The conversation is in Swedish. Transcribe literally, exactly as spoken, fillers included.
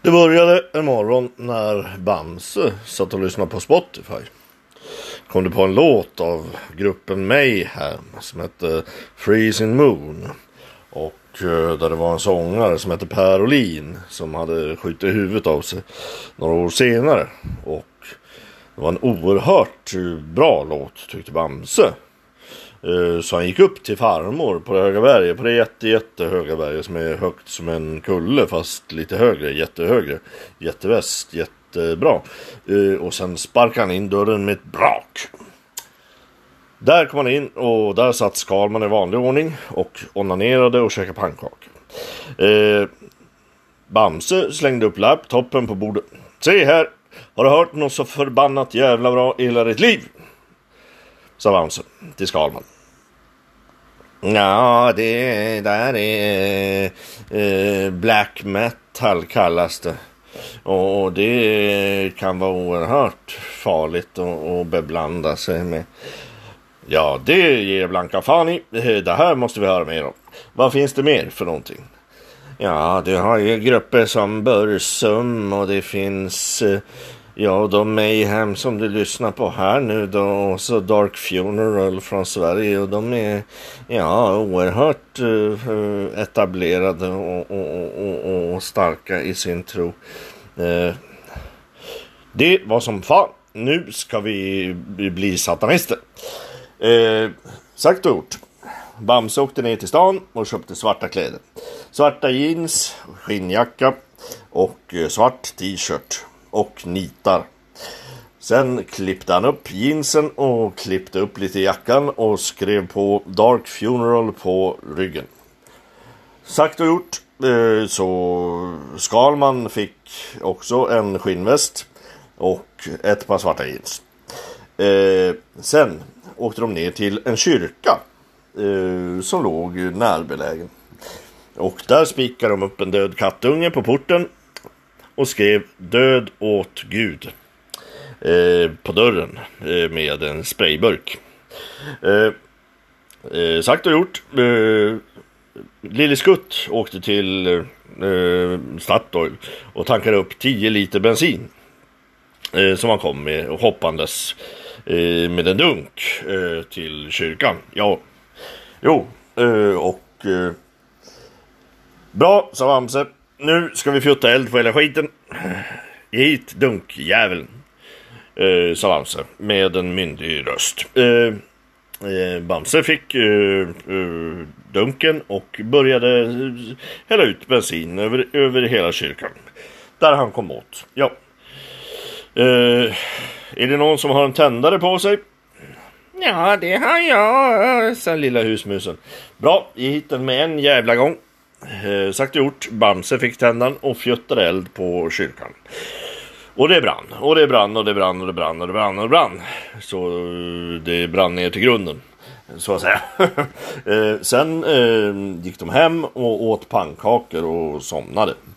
Det började en morgon när Bamse satt och lyssnade på Spotify. Kom det på en låt av gruppen Mayhem som hette Freezing Moon. Och där det var en sångare som hette Per Olin som hade skjutit huvudet av sig några år senare. Och det var en oerhört bra låt, tyckte Bamse. Så han gick upp till farmor på det höga berget, på det jätte, jättehöga berget som är högt som en kulle fast lite högre, jättehögre, jätteväst, jättebra. Och sen sparkade han in dörren med ett brak. Där kom han in och där satt Skalman i vanlig ordning och onanerade och käkade pannkakor. Eh, Bamse slängde upp laptopen på bordet. Se här, har du hört något så förbannat jävla bra i hela ditt liv? Sa Bamse till Skalman. Ja, det där är eh, black metal kallas det. Och det kan vara oerhört farligt att beblanda sig med. Ja, det ger blanka fan i. Det här måste vi höra mer om. Vad finns det mer för någonting? Ja, det har ju grupper som Bursum och det finns... Ja, de Mayhem som du lyssnar på här nu då, och så Dark Funeral från Sverige, och de är ja, oerhört uh, etablerade och, och, och, och starka i sin tro. Uh, det var som fan. Nu ska vi bli satanister. Uh, sagt och gjort. Bamse åkte ner till stan och köpte svarta kläder. Svarta jeans, skinnjacka och uh, svart t-shirt. Och nitar. Sen klippte han upp jeansen och klippte upp lite jackan och skrev på Dark Funeral på ryggen. Sagt och gjort, så Skalman fick också en skinnväst och ett par svarta jeans. Sen åkte de ner till en kyrka som låg närbelägen. Och där spikade de upp en död kattunge på porten och skrev död åt Gud eh, på dörren eh, med en sprayburk. Eh, eh, sagt och gjort. Eh, Lille Skutt åkte till eh, Statoil och tankade upp tio liter bensin eh, som han kom med och hoppandes eh, med en dunk eh, till kyrkan. Ja, jo, eh, och eh, bra, sa Bamse. Nu ska vi fjutta eld på hela skiten. Hit, dunkjäveln, eh, sa Bamse med en myndig röst. Eh, eh, Bamse fick eh, eh, dunken och började hälla ut bensin över, över hela kyrkan. Där han kom åt. Ja. Eh, är det någon som har en tändare på sig? Ja, det har jag, sa lilla husmusen. Bra, ge hit den med en jävla gång. Eh, sagt och gjort, Bamse fick tändan och fjuttade eld på kyrkan. Och det brann, och det brann, och det brann, och det brann, och det brann, och det brann. Så det brann ner till grunden, så att säga. eh, sen eh, gick de hem och åt pannkakor och somnade.